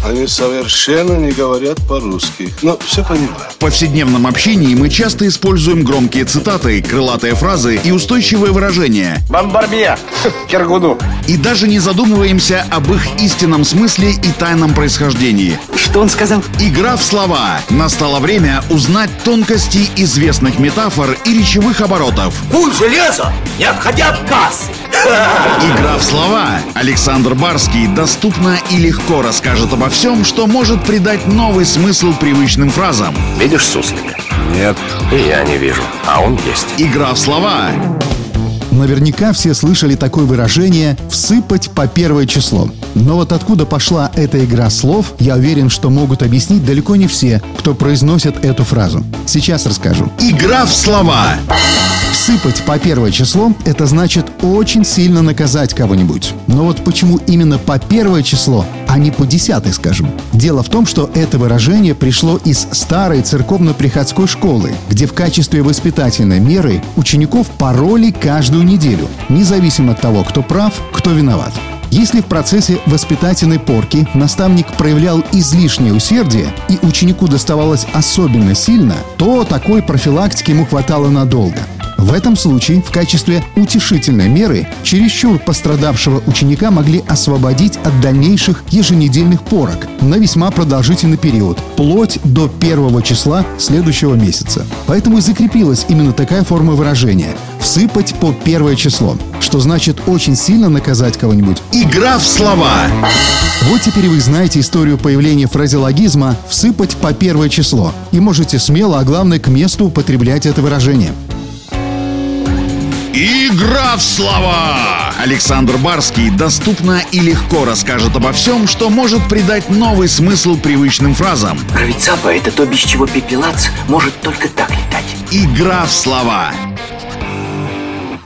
Они совершенно не говорят по-русски. Но все понимаю. В повседневном общении мы часто используем громкие цитаты, крылатые фразы и устойчивые выражения. Бомбарбье, Киргуду. И даже не задумываемся об их истинном смысле и тайном происхождении. Что он сказал? Игра в слова. Настало время узнать тонкости известных метафор и речевых оборотов. Куй железо, не отходя от кассы. Игра в слова. Александр Барский доступно и легко расскажет обо всем, что может придать новый смысл привычным фразам. Видишь суслика? Нет. И я не вижу, а он есть. Игра в слова. Наверняка все слышали такое выражение «всыпать по первое число». Но вот откуда пошла эта игра слов, я уверен, что могут объяснить далеко не все, кто произносит эту фразу. Сейчас расскажу. Игра в слова. Всыпать по первое число – это значит очень сильно наказать кого-нибудь. Но вот почему именно по первое число, а не по десятое, скажем? Дело в том, что это выражение пришло из старой церковно-приходской школы, где в качестве воспитательной меры учеников пороли каждую неделю, независимо от того, кто прав, кто виноват. Если в процессе воспитательной порки наставник проявлял излишнее усердие и ученику доставалось особенно сильно, то такой профилактики ему хватало надолго. В этом случае в качестве утешительной меры чересчур пострадавшего ученика могли освободить от дальнейших еженедельных порок на весьма продолжительный период, вплоть до 1 числа следующего месяца. Поэтому и закрепилась именно такая форма выражения – «всыпать по первое число», что значит очень сильно наказать кого-нибудь. Игра в слова. Вот теперь вы знаете историю появления фразеологизма «всыпать по первое число» и можете смело, а главное к месту употреблять это выражение. Игра в слова! Александр Барский доступно и легко расскажет обо всем, что может придать новый смысл привычным фразам. Правицапа — это то, без чего пепелац может только так летать. Игра в слова.